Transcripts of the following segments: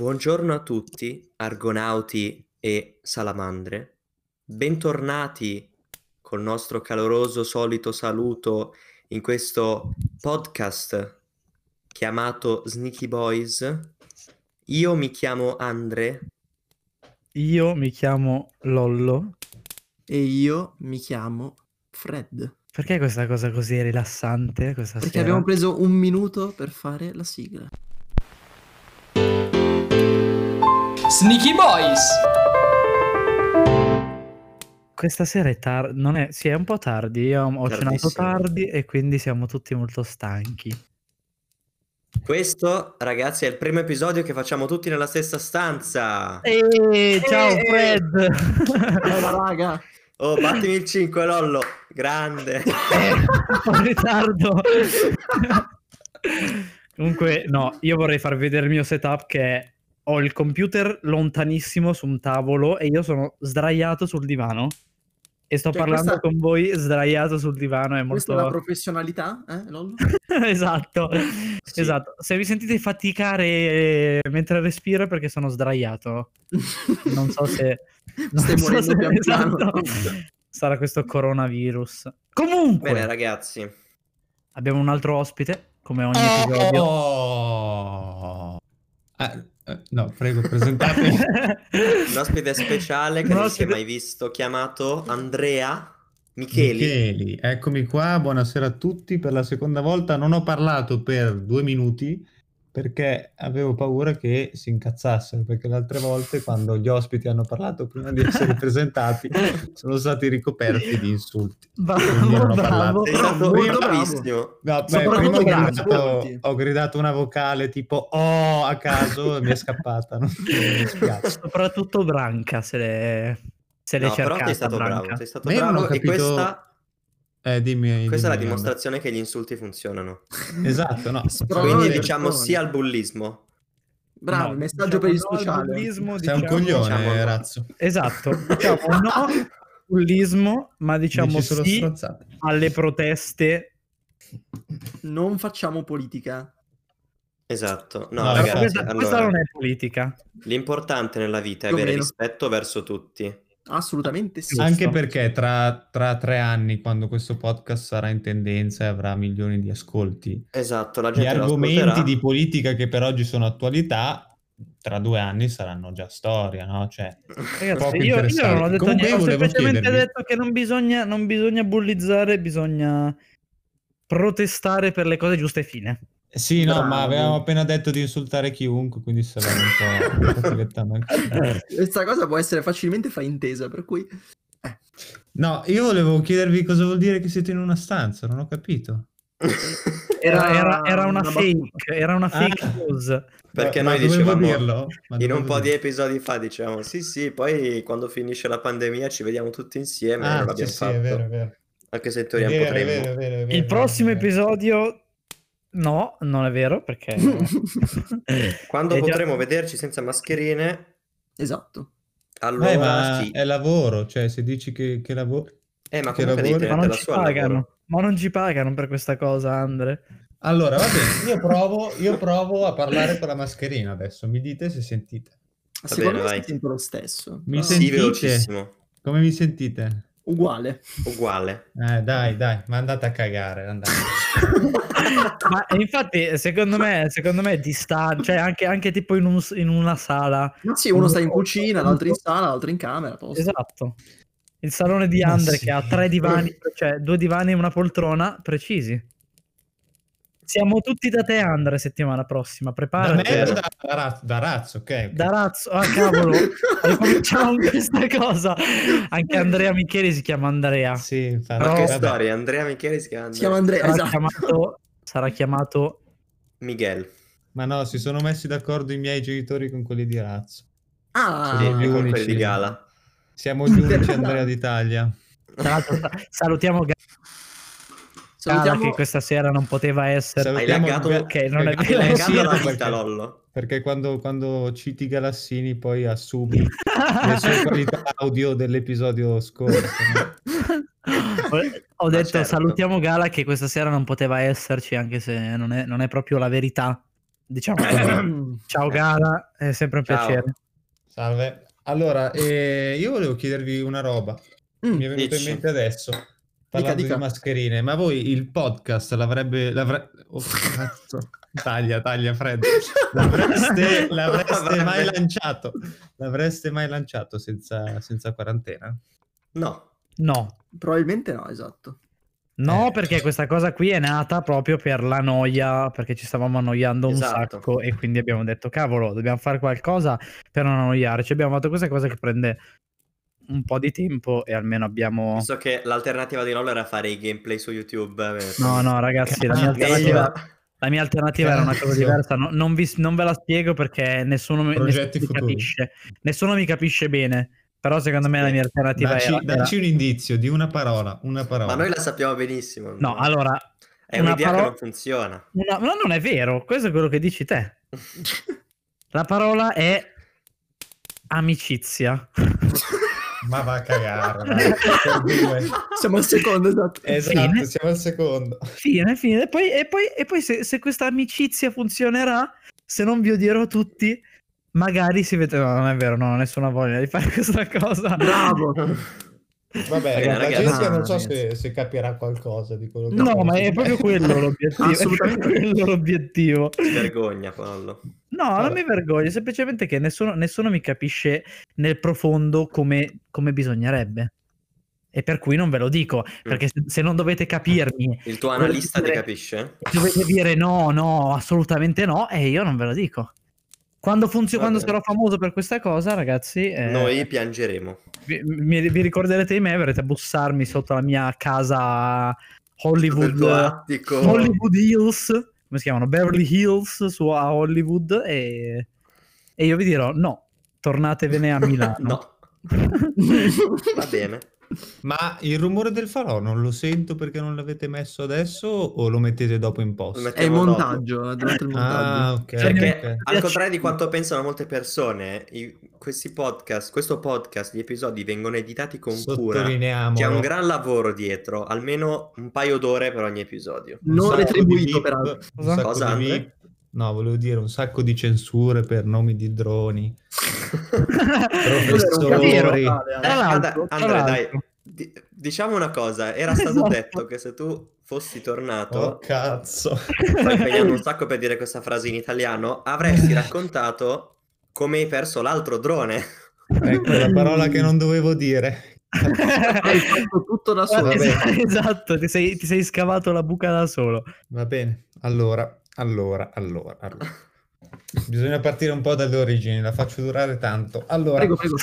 Buongiorno a tutti, argonauti e salamandre. Bentornati col nostro caloroso solito saluto in questo podcast chiamato Sneaky Boys. Io mi chiamo Andre. Io mi chiamo Lollo. E io mi chiamo Fred. Perché questa cosa così rilassante questa Perché sera? abbiamo preso un minuto per fare la sigla. Sneaky Boys. Questa sera è tardi, non è, sì, è un po' tardi. Io ho cenato Tardissimo. tardi e quindi siamo tutti molto stanchi. Questo, ragazzi, è il primo episodio che facciamo tutti nella stessa stanza. Ciao Fred! Bella raga! Oh, battimi il 5, Lollo. Grande. Un po' in ritardo. Comunque, no, io vorrei far vedere il mio setup che ho il computer lontanissimo su un tavolo e io sono sdraiato sul divano e sto Cioè, parlando questa- con voi sdraiato sul divano. È Questa è molto... la professionalità, Lollo? Esatto, Sì. esatto. Se vi sentite faticare mentre respiro è perché sono sdraiato. Non so se... Stai morendo pian piano. esatto. Sarà questo coronavirus. Comunque, Bene, ragazzi. abbiamo un altro ospite, come ogni episodio. Oh! No, prego, presentatevi. Un ospite speciale che Un non si è ospite- mai visto, chiamato Andrea Micheli. Micheli, eccomi qua, buonasera a tutti. Per la seconda volta non ho parlato per 2 minuti perché avevo paura che si incazzassero, perché le altre volte quando gli ospiti hanno parlato prima di essere presentati sono stati ricoperti di insulti. Quindi non ho parlato. Sei stato Molto bravissimo. No, beh, Soprattutto prima bravo. ho gridato una vocale tipo oh a caso e mi è scappata. Non mi spiace. Soprattutto Branca, se l'è No, però cercata. sei stato Branca. bravo, sei stato Ma io non bravo ho capito- e questa Dimmi, è la Leandro. dimostrazione che gli insulti funzionano. Esatto, no. Spronone. Quindi le diciamo persone. sì al bullismo. Bravo, No, messaggio diciamo per il no al sociale. bullismo, Sei un diciamo- coglione, diciamo- razzo. Esatto, diciamo no al bullismo, ma diciamo Dici solo sì stronzate. alle proteste. Non facciamo politica. Esatto. No, No, ragazzi, questa allora, non è politica. l'importante nella vita è Più o avere meno. rispetto verso tutti. Assolutamente sì. Giusto. Anche perché tra 3 anni, quando questo podcast sarà in tendenza e avrà milioni di ascolti, Esatto, la gli gente lo argomenti ascolterà. di politica che per oggi sono attualità, tra 2 anni saranno già storia, no? Cioè, Ragazzi, poco io non ho interessante. detto Comunque niente, io ho volevo semplicemente chiedervi, detto che non bisogna bullizzare, bisogna protestare per le cose giuste e fine. sì, no, Bravo. ma avevamo appena detto di insultare chiunque, quindi stavamo un po' filettando anche. Questa cosa può essere facilmente fraintesa, per cui... No, io volevo chiedervi cosa vuol dire che siete in una stanza, non ho capito. Era una battuta. fake, era una fake Ah. news. Perché Ma noi dovevo dicevamo dirlo? Ma in un dovevo po' di dirlo. episodi fa dicevamo sì, poi quando finisce la pandemia ci vediamo tutti insieme, non Ah, l'abbiamo sì, fatto. è vero. Anche se in È teoria vero, potremmo. è vero, Il prossimo è vero. episodio no, non è vero perché Quando è già- potremo vederci senza mascherine, Esatto. allora Ma sì. è lavoro, cioè se dici che lavoro... Ma che comunque devi lavori? ma tenertela non ci su al lavoro. pagano. Ma non ci pagano per questa cosa, Andre. Allora, va bene, io provo a parlare con la mascherina adesso, mi dite se sentite. Secondo bene, me vai. si sente lo stesso. Mi Ah, Sì, sentite? velocissimo. Come mi sentite? Uguale. Uguale. Dai, ma andate a cagare, andate. Ma infatti, secondo me cioè anche tipo in una sala. Ma sì, uno sta in cucina, l'altro in sala, l'altro in camera. a posto. Esatto. Il salone di Ma Andre sì. che ha 3 divani, cioè 2 divani e una poltrona, precisi. Siamo tutti da te, Andre, settimana prossima. Da Preparati. me o da razzo, ok. Da razzo, ah cavolo, ricominciamo con questa cosa. Anche Andrea Micheli si chiama Andrea. Sì, Ma Però- che vabbè. storia, Andrea Micheli si chiama Si chiama Andrea, esatto. Sarà chiamato Miguel. Ma no, si sono messi d'accordo i miei genitori con quelli di razzo. Ah, Sono E gli con quelli unici. di Gala. Siamo gli unici Andrea d'Italia. tra l'altro, salutiamo Gala salutiamo... che questa sera non poteva essere. Hai Salutiamo laggato, Ga- che non è hai vero. laggato Sì, la perché- vita, Lollo. Perché quando citi Galassini poi assumi le sue qualità audio dell'episodio scorso. No? Ho detto certo. salutiamo Gala che questa sera non poteva esserci, anche se non è proprio la verità Diciamo così. Ciao Gara, è sempre un Ciao. piacere. Salve. Allora, io volevo chiedervi una roba. Mi è venuto in Dici. mente adesso, parlando dica. di mascherine, ma voi il podcast oh, cazzo. Taglia, Fred. L'avreste mai Vabbè. lanciato? L'avreste mai lanciato senza quarantena? No. No, Probabilmente no, esatto. no, perché questa cosa qui è nata proprio per la noia, perché ci stavamo annoiando un Esatto. sacco e quindi abbiamo detto, cavolo, dobbiamo fare qualcosa per non annoiarci. Abbiamo fatto questa cosa che prende un po' di tempo e almeno abbiamo... Visto che l'alternativa di LoL era fare i gameplay su YouTube. No, ragazzi, la mia Meglio. alternativa era una cosa Cazzo. diversa. Non ve la spiego perché nessuno mi Progetti futuri. capisce. Nessuno mi capisce bene. Però secondo me la mia alternativa era... Dacci un indizio di una parola. Ma noi la sappiamo benissimo. No, allora... È un'idea che non funziona. Ma non è vero, questo è quello che dici te. La parola è amicizia. Ma va a cagare. dai. Per due. Siamo al secondo, esatto. Esatto, Fine. siamo al secondo. Fine. E poi se questa amicizia funzionerà, se non vi odierò tutti, magari si vede... No, non è vero, non ho nessuna voglia di fare questa cosa. Bravo. Vabbè, Ragazzi, la gente non so ragazzi. se capirà qualcosa di quello che No, stiamo ma è dicendo. proprio quello l'obiettivo. Assolutamente. È proprio quello l'obiettivo. Si vergogna, Paolo. No, non Vabbè. mi vergogno, semplicemente che nessuno mi capisce nel profondo come bisognerebbe. E per cui non ve lo dico, perché se non dovete capirmi, Il tuo dovete analista ti dire- capisce? dovete dire no, assolutamente no, e io non ve lo dico. Quando bene. sarò famoso per questa cosa, ragazzi, Noi piangeremo. vi ricorderete di me, verrete a bussarmi sotto la mia casa a Del tuo Hollywood, attico. Hollywood Hills, come si chiamano? Beverly Hills a Hollywood e io vi dirò no, tornatevene a Milano. No. Va bene. Ma il rumore del falò non lo sento perché non l'avete messo adesso o lo mettete dopo in post? Lo È il mettiamo dopo. montaggio, è durante il montaggio. Ah, ok. Perché ok. al contrario di quanto pensano molte persone, questo podcast, gli episodi vengono editati con cura. Sottolineiamolo. C'è un gran lavoro dietro, almeno un paio d'ore per ogni episodio. Un Non sacco retribuito, di beep, peraltro. un sacco Cosa, di Andre? beep. No, volevo dire un sacco di censure per nomi di droni. Vero. Professori. Tra l'altro, Andre, dai, diciamo una cosa, era stato Esatto. detto che se tu fossi tornato, Oh cazzo. sto impegnando un sacco per dire questa frase in italiano, avresti raccontato come hai perso l'altro drone. Ecco la parola che non dovevo dire. Hai fatto tutto da solo. Vabbè. Esatto, ti sei scavato la buca da solo. Va bene. Allora. Bisogna partire un po' dalle origini, la faccio durare tanto. Allora, Prego.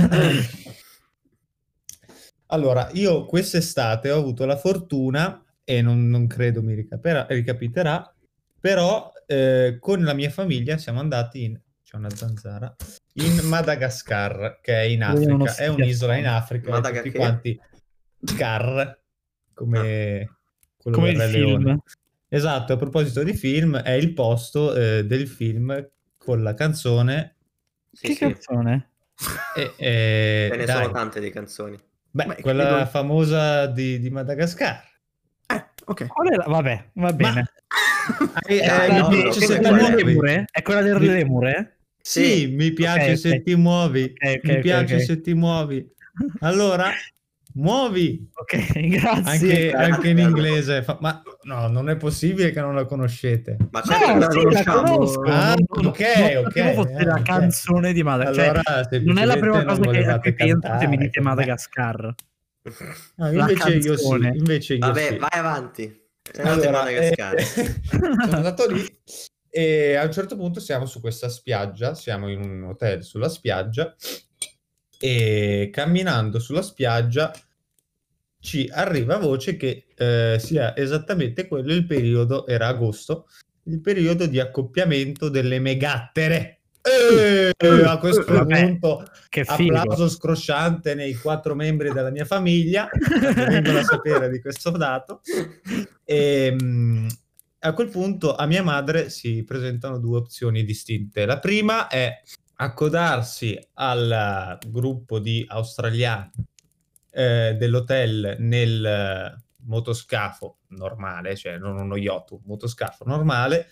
allora, io quest'estate ho avuto la fortuna, e non credo mi ricapiterà, però con la mia famiglia siamo andati c'è una zanzara, in Madagascar, che è in Africa, è un'isola in Africa, e tutti quanti Scar, come quello Come del il Re film. Leone. Esatto, a proposito di film, è il posto del film con la canzone. Che canzone? Ce ne Dai. sono tante di canzoni. Beh, quella famosa di Madagascar. Ok. Qual è Ma- vabbè, va bene. no, mi no, piace no, se no, ti no, muovi. Lemure? È quella del Lemure? Sì, mi piace Ok, se ok. ti muovi. Ok, Mi ok, piace ok. se ti muovi. Allora, muovi. Ok, grazie. Anche in inglese. Ma no, non è possibile che non la conoscete. Ma certo, No, sì, la conosciamo. conosco. Ah, non ok, sapevo fosse la ok. canzone di Madagascar. Allora, Cioè, non è la prima semplicemente non cosa a volevate cui penso cantare se mi dite con me. Madagascar. No, La invece io sì. canzone. Invece io vabbè, sì. vai avanti. Sei andato in Allora, Madagascar. sono andato lì e a un certo punto siamo su questa spiaggia, siamo in un hotel sulla spiaggia e camminando sulla spiaggia ci arriva voce che sia esattamente quello il periodo, era agosto, il periodo di accoppiamento delle megattere. A questo Vabbè, punto che figo. applauso scrosciante nei 4 membri della mia famiglia che vengono a sapere di questo dato. E a quel punto a mia madre si presentano 2 opzioni distinte. La prima è accodarsi al gruppo di australiani dell'hotel nel motoscafo normale, cioè non uno yacht, un motoscafo normale,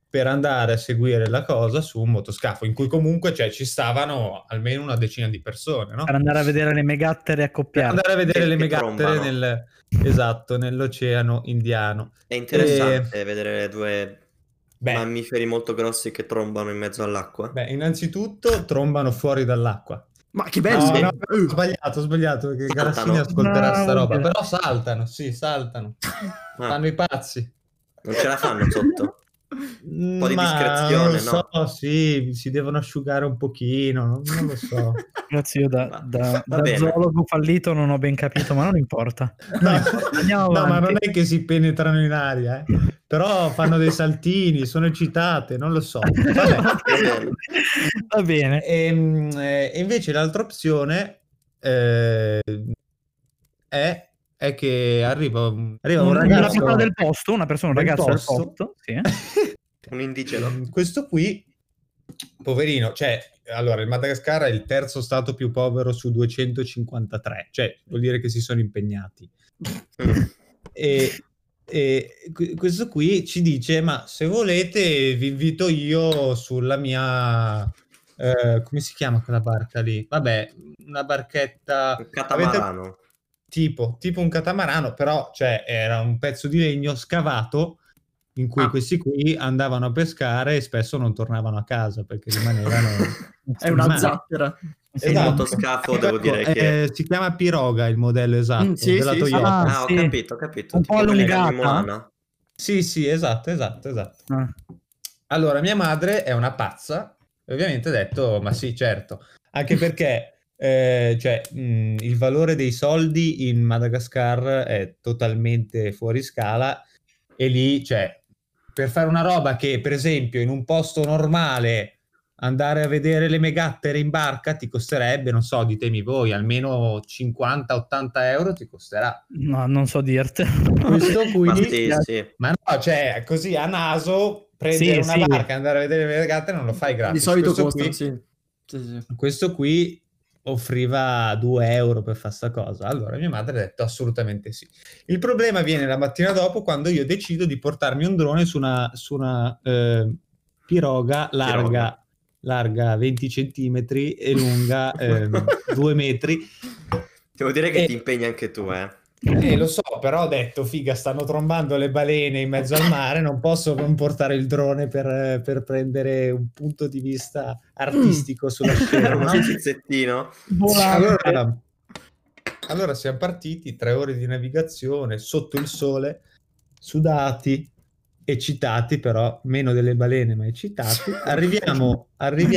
per andare a seguire la cosa su un motoscafo, in cui comunque ci stavano almeno una decina di persone, no? Per andare a vedere le megattere Per accoppiate. andare a vedere le Che megattere trombano. esatto, nell'Oceano Indiano. È interessante vedere due Beh. mammiferi molto grossi che trombano in mezzo all'acqua. Beh, innanzitutto trombano fuori dall'acqua. Ma che bello! Sì. No, ho sbagliato, perché Saltano. Garassini ascolterà sta No, roba, vabbè. però saltano, sì, saltano. Ah, Fanno i pazzi. non ce la fanno sotto? Un po' di Ma discrezione, non lo so, no? sì, si devono asciugare un pochino, non lo so. Grazie, io Va da bene. zoologo fallito non ho ben capito, ma non importa. No, Andiamo no, ma avanti. non è che si penetrano in aria, però fanno dei saltini, sono eccitate, non lo so. Vabbè. Va bene. E invece l'altra opzione è che arriva un Una ragazzo persona del posto, un ragazzo del posto, sì. Un indigeno. Questo qui, poverino, allora il Madagascar è il terzo stato più povero su 253, vuol dire che si sono impegnati. E questo qui ci dice: ma se volete vi invito io sulla mia come si chiama quella barca lì? Vabbè, una barchetta, Un catamarano. tipo un catamarano, però era un pezzo di legno scavato in cui questi qui andavano a pescare e spesso non tornavano a casa perché rimanevano È una zattera. Il motoscafo, devo dire che si chiama Piroga il modello esatto Sì, della sì, Toyota. Ah, sì. ho capito. Un Tipo po' quelle allungata. di Moana. Sì, esatto. Ah. Allora, mia madre è una pazza e ovviamente ha detto: ma sì, certo, anche perché il valore dei soldi in Madagascar è totalmente fuori scala e lì, per fare una roba che, per esempio, in un posto normale andare a vedere le megattere in barca ti costerebbe, non so, ditemi voi, almeno 50-80 euro ti costerà. No, non so dirti. Questo qui, Ma sì. ma no, così a naso prendere Sì, una sì. barca e andare a vedere le regate non lo fai gratis. Di solito Questo costano, qui, sì. Sì. questo qui offriva 2 euro per fare sta cosa. Allora mia madre ha detto assolutamente sì. Il problema viene la mattina dopo, quando io decido di portarmi un drone su una piroga larga 20 centimetri e lunga 2 metri. Devo dire che ti impegni anche tu, Lo so, però ho detto, figa, stanno trombando le balene in mezzo al mare, non posso non portare il drone per prendere un punto di vista artistico sulla scena, Uno no? schizzettino. Allora siamo partiti, 3 ore di navigazione, sotto il sole, sudati, eccitati, però meno delle balene, ma eccitati. Arriviamo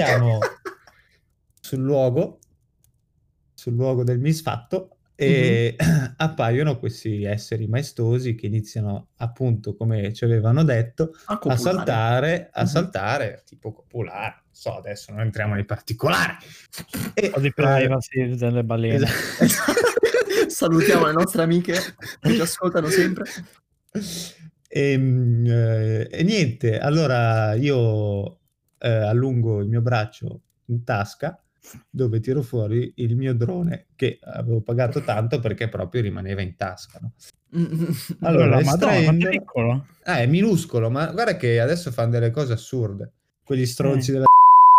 sul luogo del misfatto e appaiono questi esseri maestosi che iniziano, appunto, come ci avevano detto, a saltare tipo copulare. Non so, adesso non entriamo nei particolari. Un po' di privacy delle balene. Salutiamo le nostre amiche che ci ascoltano sempre. E niente, allora io allungo il mio braccio in tasca, dove tiro fuori il mio drone che avevo pagato tanto perché proprio rimaneva in tasca, no? Allora, quanto è piccolo? È minuscolo, ma guarda che adesso fanno delle cose assurde. Quegli stronzi della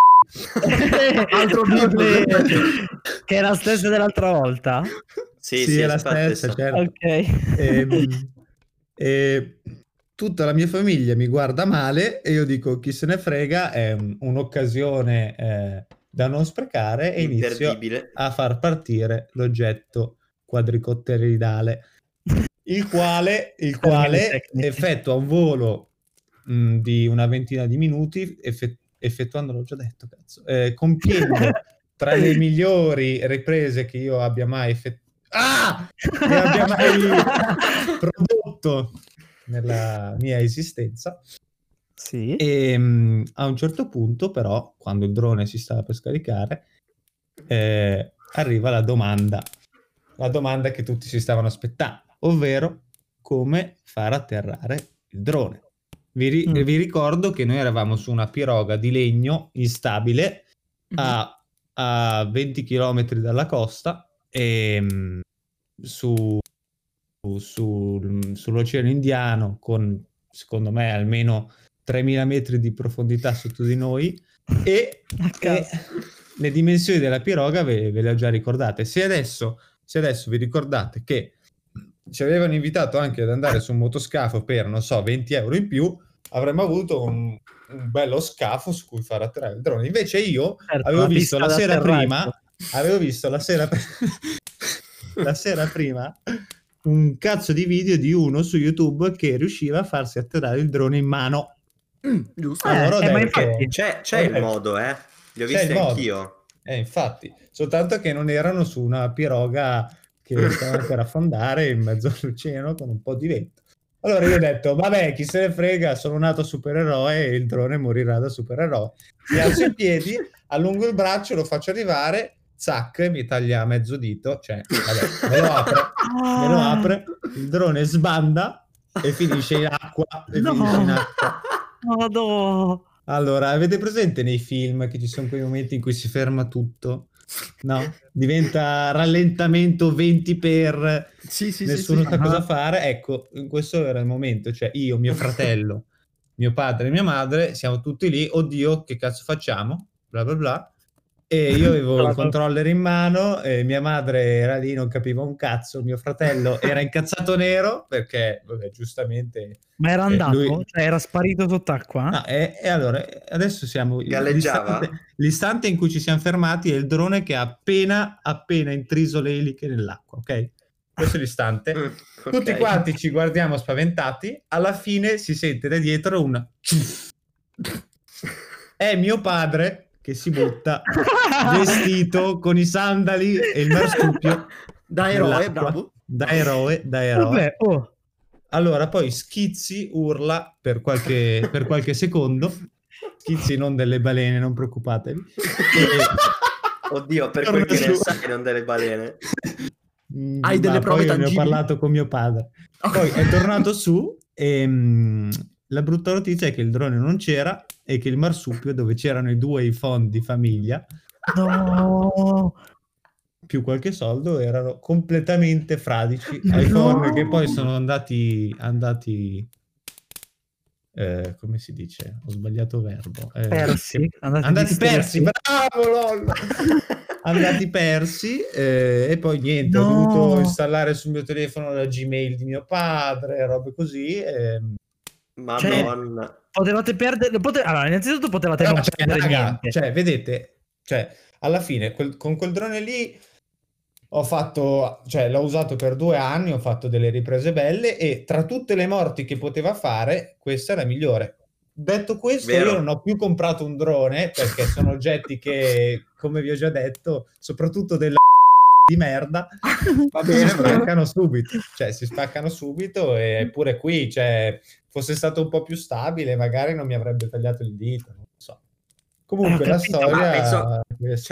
altro bimbo che è la stessa dell'altra volta? Sì, è la stessa, certo. Ok. E tutta la mia famiglia mi guarda male e io dico: chi se ne frega, è un'occasione da non sprecare, e inizio a far partire l'oggetto quadricotteridale, il quale effettua un volo di una ventina di minuti, effettuando, l'ho già detto, cazzo, compiendo tra le migliori riprese che io abbia mai prodotto nella mia esistenza. Sì. E a un certo punto, però, quando il drone si stava per scaricare, arriva la domanda che tutti si stavano aspettando, ovvero come far atterrare il drone. Vi ricordo che noi eravamo su una piroga di legno instabile a 20 km dalla costa e sull'Oceano Indiano, con, secondo me, almeno 3.000 metri di profondità sotto di noi e le dimensioni della piroga ve le ho già ricordate. Se adesso vi ricordate che ci avevano invitato anche ad andare su un motoscafo per, non so, 20 euro in più, avremmo avuto un bello scafo su cui far atterrare il drone. Invece io avevo visto la sera prima un cazzo di video di uno su YouTube che riusciva a farsi atterrare il drone in mano. Giusto. Allora ho ma detto, infatti C'è il modo, li ho C'è visti il modo. anch'io. Infatti, soltanto che non erano su una piroga che stava per affondare in mezzo all'oceano con un po' di vento. Allora io ho detto, vabbè, chi se ne frega, sono nato supereroe e il drone morirà da supereroe. Mi alzo in piedi, allungo il braccio, lo faccio arrivare, zac, mi taglia mezzo dito, cioè, vabbè, me lo apre, il drone sbanda e finisce in acqua. No. Allora, avete presente nei film che ci sono quei momenti in cui si ferma tutto? No? Diventa rallentamento 20 per nessuno sa cosa fare. Ecco, questo era il momento, cioè io, mio fratello, mio padre e mia madre siamo tutti lì, oddio, che cazzo facciamo? Bla bla bla. E io avevo il controller in mano e mia madre era lì, non capiva un cazzo, mio fratello era incazzato nero perché, vabbè, giustamente... Ma era andato? Cioè era sparito sott'acqua? No, e allora, adesso siamo... Galleggiava? L'istante in cui ci siamo fermati è il drone che ha appena intriso le eliche nell'acqua, ok? Questo è l'istante. Tutti quanti ci guardiamo spaventati, alla fine si sente da dietro un... È mio padre che si butta vestito con i sandali e il marsupio da eroe, bravo. Da eroe. Vabbè, Allora poi Schizzi urla per qualche secondo. Schizzi, non delle balene, non preoccupatevi. Oddio, per quel che ne sai, non delle balene. Hai delle prove poi tangibili? Ne ho parlato con mio padre. Poi è tornato su e la brutta notizia è che il drone non c'era e che il marsupio, dove c'erano i 2 iPhone di famiglia, più qualche soldo, erano completamente fradici. iPhone che poi sono andati come si dice? Ho sbagliato verbo. Andati persi, bravo LOL! Andati persi e poi niente, ho dovuto installare sul mio telefono la Gmail di mio padre, robe così. Madonna. Cioè, potevate perdere... Allora, innanzitutto potevate non perdere niente. Cioè, vedete, alla fine con quel drone lì l'ho usato per 2 anni, ho fatto delle riprese belle e tra tutte le morti che poteva fare, questa è la migliore. Detto questo, io non ho più comprato un drone perché sono oggetti che, come vi ho già detto, soprattutto della di merda, si spaccano subito, si spaccano subito, e pure qui, fosse stato un po' più stabile, magari non mi avrebbe tagliato il dito, non so. Comunque la storia...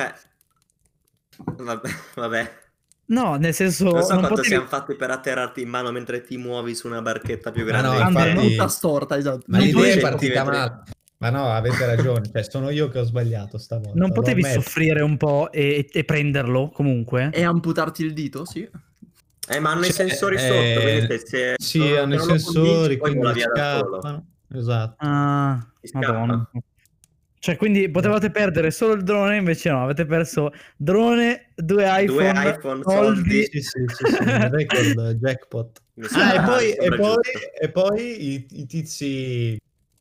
Vabbè. No, nel senso... Non so quanto siamo fatti per atterrarti in mano mentre ti muovi su una barchetta più grande. No, infatti... storta, esatto. Ma l'idea è partita male. Ma no, avete ragione, sono io che ho sbagliato stavolta. Non potevi soffrire un po' e prenderlo comunque? E amputarti il dito, sì. Ma hanno i sensori sotto, vedete? Sì, hanno i sensori, quindi scappano. Esatto. Madonna. Cioè, quindi potevate perdere solo il drone, invece no, avete perso drone, 2 iPhone, soldi. Sì, record, jackpot. E poi i tizi...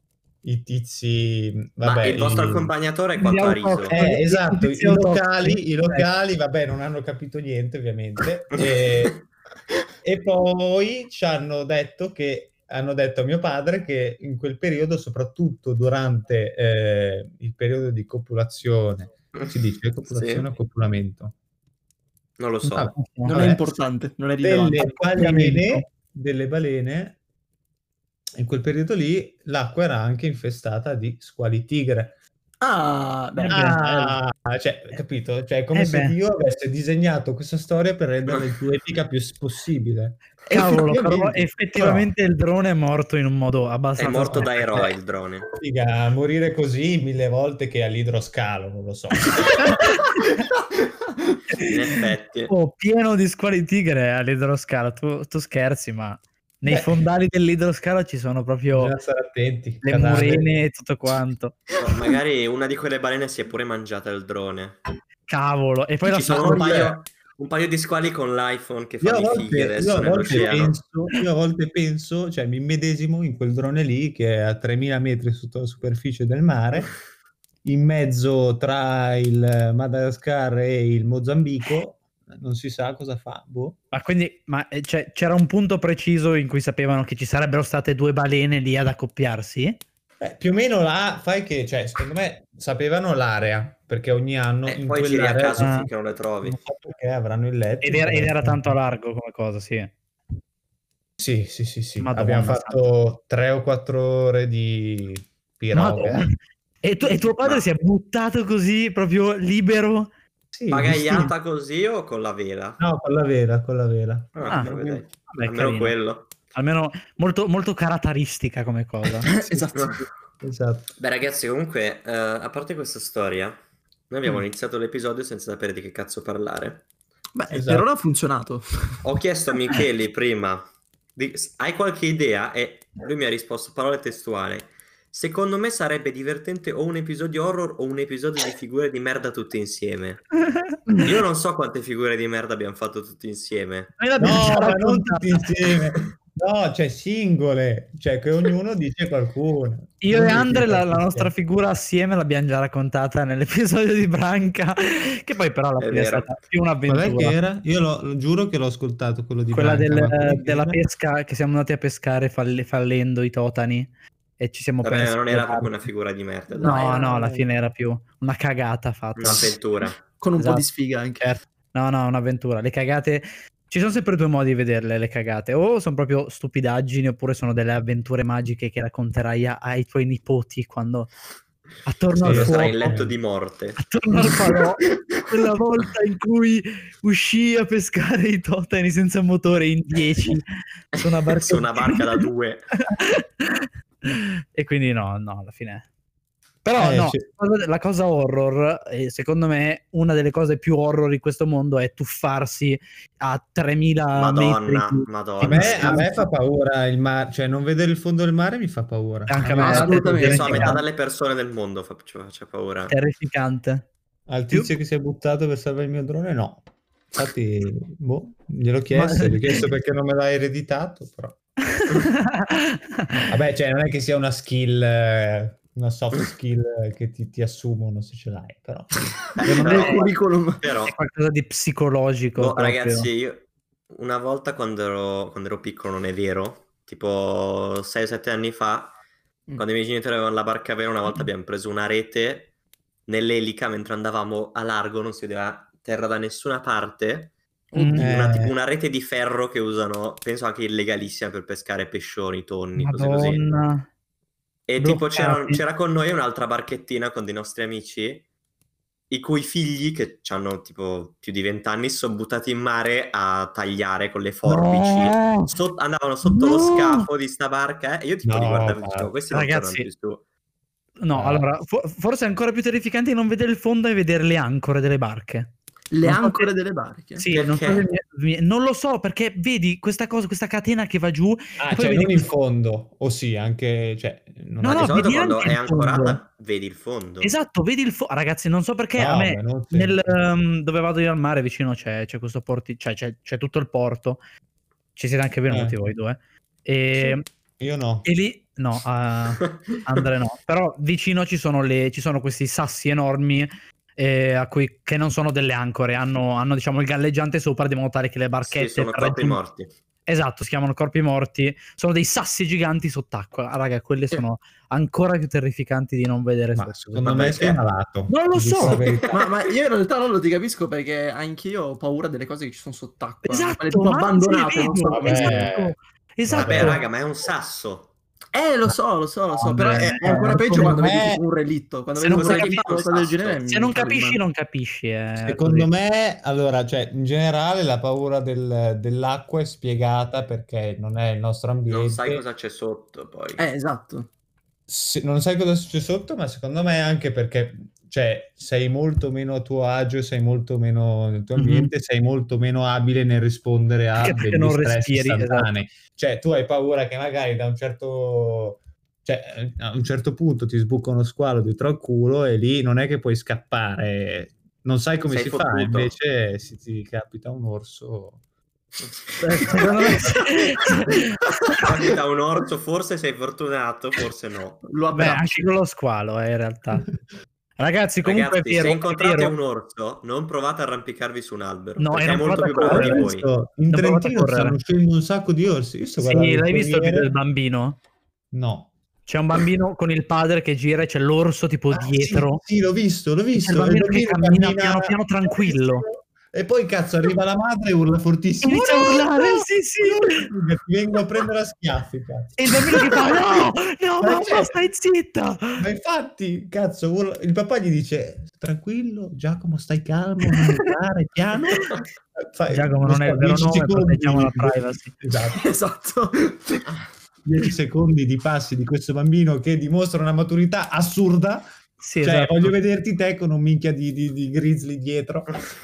vabbè, ma il vostro accompagnatore quanto ha riso? Esatto, i locali vabbè, non hanno capito niente ovviamente e poi ci hanno detto a mio padre che in quel periodo, soprattutto durante il periodo di copulazione, si dice copulazione o copulamento? Non lo so. Non è importante, non è rilevante. Delle balene, in quel periodo lì l'acqua era anche infestata di squali tigre. Capito? Cioè, come se Dio avesse disegnato questa storia per renderla il più epica più possibile. Cavolo, però effettivamente il drone è morto in un modo abbastanza... È morto da eroe il drone. Figa, morire così 1000 volte che all'idroscalo, non lo so. In effetti. Pieno di squali tigre all'idroscalo, tu scherzi, ma... Nei fondali dell'idroscalo ci sono proprio Bisogna stare attenti. le cadaveri. murene e tutto quanto. No, magari una di quelle balene si è pure mangiata il drone. Cavolo. E poi Ci la sono storia... un paio di squali con l'iPhone che Io a fanno i figli adesso nell'oceano. io a volte penso, cioè mi immedesimo in quel drone lì che è a 3000 metri sotto la superficie del mare, in mezzo tra il Madagascar e il Mozambico, non si sa cosa fa, boh. Ma quindi cioè, c'era un punto preciso in cui sapevano che ci sarebbero state 2 balene lì ad accoppiarsi? Più o meno là, fai che, cioè, secondo me sapevano l'area, perché ogni anno in poi giri a quell'area caso finché non le trovi. non so perché avranno il letto. Ed era tanto a largo come cosa, sì. Sì. Madonna, Abbiamo fatto 3 o 4 ore di piroghe. Madonna. E tuo padre si è buttato così, proprio libero? Sì, Pagaiata così o con la vela? no, con la vela. Ah, proprio dai. vabbè, Almeno carino. quello. Almeno molto, molto caratteristica come cosa. Esatto. Esatto. Beh ragazzi, comunque, a parte questa storia, noi abbiamo iniziato l'episodio senza sapere di che cazzo parlare. Beh, Esatto. per ora ha funzionato. Ho chiesto a Micheli prima, hai qualche idea? E lui mi ha risposto parole testuali. Secondo me sarebbe divertente o un episodio horror o un episodio di figure di merda tutte insieme. Io non so quante figure di merda abbiamo fatto tutti insieme. Noi l'abbiamo già No, ma non raccontata. tutti insieme. No, cioè singole, cioè che ognuno dice qualcuno. Io Non e dici Andre la tutti nostra insieme. figura assieme l'abbiamo già raccontata nell'episodio di Branca, che poi però alla È fine è vero. stata più Qual è che un'avventura. era? Io lo giuro che l'ho ascoltato quello di Quella Branca, ma qual è che della era? pesca, che siamo andati a pescare fallendo i totani e ci siamo Vabbè, persi. non le era barche. proprio una figura di merda. No, dai. No, alla fine era più una cagata fatta. Un'avventura. Con un po' di Esatto. sfiga anche. Certo. No, un'avventura. Le cagate... Ci sono sempre 2 modi di vederle, le cagate. O sono proprio stupidaggini, oppure sono delle avventure magiche che racconterai ai tuoi nipoti quando... Attorno al Quando fuoco. sarai in letto di morte. Attorno al falò. Quella volta in cui uscii a pescare i totani senza motore in 10 su una barca, Su una barca da 2. E quindi no, alla fine. Però no, sì. la cosa horror, secondo me, una delle cose più horror di questo mondo è tuffarsi a 3000 Madonna, metri. A madonna. me fa paura il mare, cioè non vedere il fondo del mare mi fa paura. Anche a No, me assolutamente. Penso a metà terrificante. delle persone del mondo c'è paura. Terrificante. Al tizio che si è buttato per salvare il mio drone, no. Infatti, boh, gliel'ho chiesto perché non me l'ha ereditato, però. Vabbè, cioè non è che sia una skill, una soft skill che ti assumono se ce l'hai, però. Nel curriculum. Però, È qualcosa di psicologico. boh, proprio. ragazzi, io una volta quando ero piccolo, non è vero, tipo 6-7 anni fa, quando i miei genitori avevano la barca vera, una volta abbiamo preso una rete nell'elica mentre andavamo a largo, non si vedeva terra da nessuna parte, tipo una rete di ferro che usano, penso anche illegalissima, per pescare pescioni, tonni, cose così. Madonna. E tipo Bloccati. c'era con noi un'altra barchettina con dei nostri amici, i cui figli, che hanno tipo più di 20 anni, sono buttati in mare a tagliare con le forbici. No. Andavano sotto lo scafo di sta barca, e io tipo No, li guardavo e ma- dicevo, questi non Ragazzi, tornano più su. No, allora, forse è ancora più terrificante di non vedere il fondo e vedere le ancore delle barche. Le Non so ancore se- delle barche. Sì, Perché? non so se non lo so, perché vedi questa cosa, questa catena che va giù. Ah, e poi cioè vedi non in fondo, o sì, anche, cioè, non No, Ma è- di solito vedi quando anche è il fondo. ancorata vedi il fondo. Esatto, vedi il fondo. Ragazzi, non so perché No, a me beh, non sempre. dove vado io al mare vicino c'è questo porto, cioè c'è tutto il porto. Ci siete anche venuti voi 2. E Io no. E lì, no, Andre no, però vicino ci sono questi sassi enormi che non sono delle ancore, hanno diciamo il galleggiante sopra di modo tale che le barchette Sì, sono per corpi raggiungere- morti. Esatto, si chiamano corpi morti, sono dei sassi giganti sott'acqua. Ah, raga, quelle sono ancora più terrificanti di non vedere Ma sotto. secondo Ma me perché? sei malato. Non lo Giusto so. la verità. Ma io in realtà non lo ti capisco perché anch'io ho paura delle cose che ci sono sott'acqua. Esatto, Quelle tipo ma abbandonate, sì, non so vedo, come Vabbè. esatto. Vabbè, raga, ma è un sasso. Lo so, No, però beh, è ancora peggio quando secondo vedi me- tipo un relitto, quando se vedi non un capisci- relitto, cosa del genere. Se mi non fa capisci, rimane. non capisci. Secondo così. me, allora, cioè, in generale la paura dell'acqua è spiegata perché non è il nostro ambiente. Non sai cosa c'è sotto, poi. Esatto. Non sai cosa c'è sotto, ma secondo me anche perché cioè sei molto meno a tuo agio, sei molto meno nel tuo ambiente, sei molto meno abile nel rispondere a Perché degli non stress respiri, istantanei. Cioè tu hai paura che magari a un certo punto ti sbuca uno squalo dietro al culo e lì non è che puoi scappare, non sai come Sei si fa, fottuto. invece se ti capita un orso... Secondo me Capita un orso, forse sei fortunato, forse no. Lo Beh, abbraccio. anche con lo squalo, in realtà. Ragazzi, comunque Ragazzi, è vero, se è incontrate vero. un orso, non provate a arrampicarvi su un albero, No, e perché è non molto provate più a bravo di correre. voi. In Non provate a Trentino correre. stanno uscendo un sacco di orsi. Io sto guardando Sì, il l'hai visto il video Corriere. del bambino? No. C'è un bambino con il padre che gira e c'è l'orso tipo dietro. Sì, l'ho visto. C'è il bambino che cammina piano piano tranquillo. E poi cazzo arriva la madre e urla fortissimo. Inizia a "No, urlare, no, sì, sì. no, ti vengo a prendere a schiaffi, cazzo. E il bambino che fa: no, no, Ma mamma, c'è- stai zitta. Ma infatti, cazzo, il papà gli dice tranquillo, Giacomo, stai calmo, non urlare, piano. Giacomo non è il vero 10 nome, secondi, proteggiamo la privacy. Esatto. Esatto. 10 secondi di passi di questo bambino che dimostra una maturità assurda. Sì, Cioè, esatto. voglio vederti te con un minchia di grizzly dietro.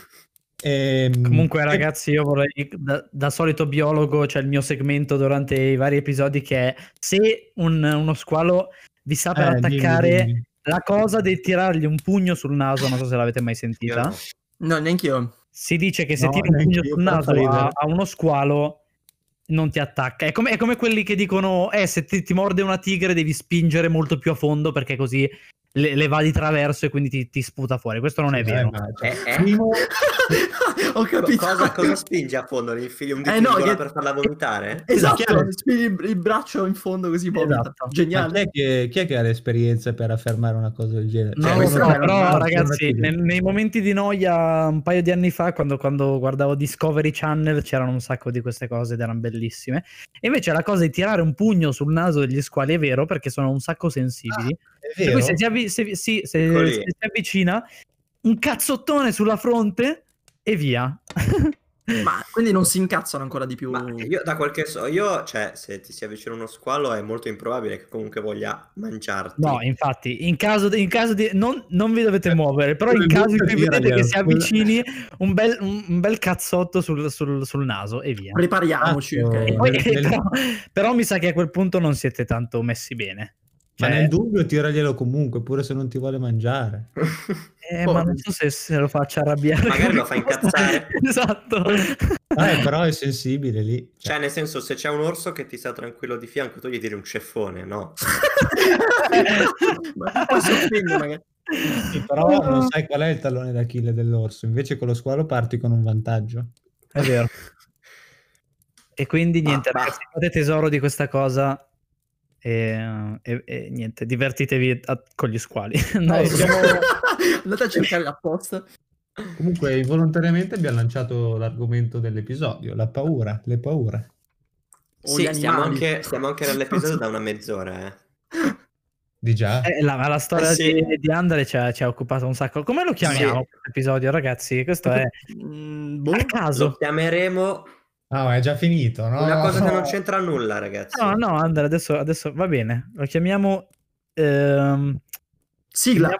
Comunque, ragazzi, io vorrei, da solito biologo, c'è il mio segmento durante i vari episodi che è: se uno squalo vi sta per attaccare, dimmi. la cosa di tirargli un pugno sul naso, non so se l'avete mai sentita. No, neanche io. Si dice che se No, tiri un pugno neanch'io, sul però fa naso ridere. a uno squalo non ti attacca. È come quelli che dicono: se ti morde una tigre devi spingere molto più a fondo perché così le va di traverso e quindi ti sputa fuori. Questo non è vero. Primo, Ho capito. Cosa spinge a fondo? Gli infili un dito no, in gola che- per farla vomitare? Esatto, chiaro. spingi il braccio in fondo così vomita. Esatto. ma Geniale. chi è che ha l'esperienza per affermare una cosa del genere? Non lo questo so, è però normale, ragazzi, nei momenti di noia un paio di anni fa, quando guardavo Discovery Channel, c'erano un sacco di queste cose ed erano bellissime. E invece la cosa di tirare un pugno sul naso degli squali è vero, perché sono un sacco sensibili. È Per vero? cui se si avvicina, un cazzottone sulla fronte e via. Ma quindi non si incazzano ancora di più. Ma io da quel che so, cioè, se ti si avvicina uno squalo è molto improbabile che comunque voglia mangiarti. No, infatti, in caso di non vi dovete muovere, però in caso in cui vedete che si avvicini un bel cazzotto sul naso e via. Prepariamoci, Cazzo. ok. E poi, Nel- però mi sa che a quel punto non siete tanto messi bene. Ma Cioè, nel dubbio tiraglielo comunque, pure se non ti vuole mangiare. ma non so se lo faccia arrabbiare. Magari lo fa incazzare. Esatto. Però è sensibile lì. Cioè, nel senso, se c'è un orso che ti sta tranquillo di fianco, tu gli tiri un ceffone, no? Ma poi si offende magari. Sì, però non sai qual è il tallone d'Achille dell'orso. Invece con lo squalo parti con un vantaggio. È vero. E quindi niente, Bah. ragazzi, fate tesoro di questa cosa e niente, divertitevi con gli squali. No, Andate a cercare la post. Comunque, involontariamente abbiamo lanciato l'argomento dell'episodio, la paura, le paure. O Sì, gli stiamo animali. anche nell'episodio da una mezz'ora, Di già? la storia sì. di Andre ci ha occupato un sacco. Come lo chiamiamo Sì. questo episodio, ragazzi? Questo è Boh. a Lo caso. chiameremo Ah, ma è già finito, no? una cosa che non c'entra nulla, ragazzi. No, Andre, adesso va bene. Lo chiamiamo Sigla.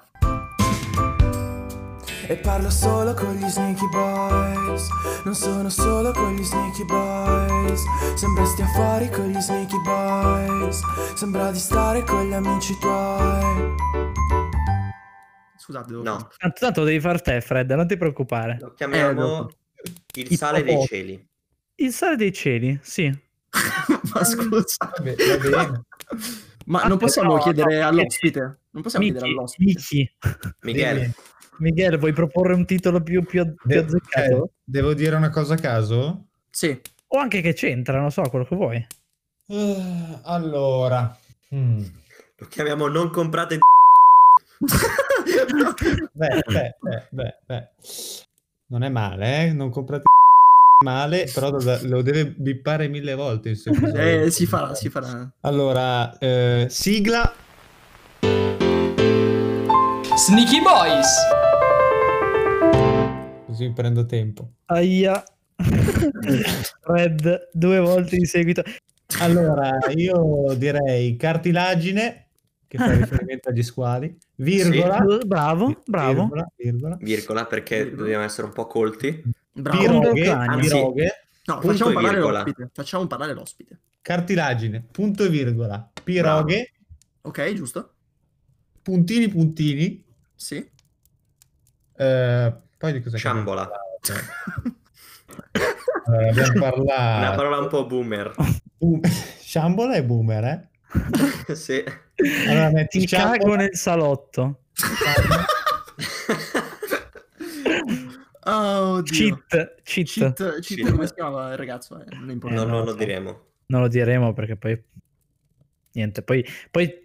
E parlo solo con gli Sneaky Boys. Non sono solo con gli Sneaky Boys. Sembra stia fuori con gli Sneaky Boys. Sembra di stare con gli amici tuoi. Scusate, devo No, Tanto lo devi far te, Fred, non ti preoccupare. lo chiamiamo il sale dei cieli. Il sale dei cieli, sì. Ma scusa. Vabbè, va bene. Ma non possiamo no, chiedere no, all'ospite? Non possiamo chiedere all'ospite? Miki. Miguel, Miguel, vuoi proporre un titolo più azzeccato? Devo dire una cosa a caso? Sì. O anche che c'entra, non so, quello che vuoi. Allora. lo chiamiamo non comprate Beh. Non è male, non comprate male, però lo deve bippare 1000 volte in questo episodio. Si farà. Allora, sigla. Sneaky Boys. Così prendo tempo. Aia. Fred, 2 volte di seguito. Allora, io direi cartilagine. che fa riferimento agli squali, virgola, Bravo. Virgola, perché Virgola. dobbiamo essere un po' colti. Bravo. piroghe, Anzi, piroghe, No, punto facciamo e parlare virgola. l'ospite. Facciamo parlare l'ospite. cartilagine, punto e virgola, piroghe, Ok, giusto? puntini puntini, Sì. poi di cosa Sciambola. abbiamo Una parlato parola un po' boomer. Sciambola e boomer, Sì. allora metti Ti cago sciambola, nel salotto. Oh, Dio. Cheat. Cheat, come si chiama il ragazzo? Non è importante. Non non lo so. diremo. Non lo diremo perché poi... Niente, poi Poi-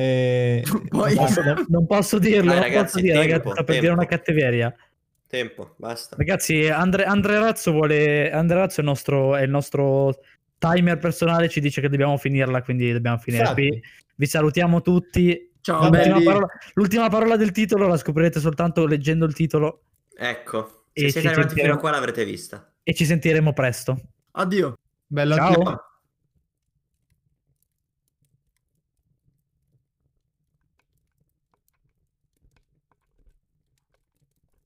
non posso dirlo, Dai, non ragazzi, posso dire, tempo, ragazzi, sto per dire una cattiveria. Tempo, basta. Ragazzi, Andre Razzo è il nostro timer personale, ci dice che dobbiamo finirla, quindi dobbiamo finire. Infatti. Qui vi salutiamo tutti. Ciao, Vabbè, belli. L'ultima parola del titolo la scoprirete soltanto leggendo il titolo Ecco, E se siete ci arrivati fino a sentiremo. qua l'avrete vista. e ci sentiremo presto. Addio. bello a Ciao. tutti.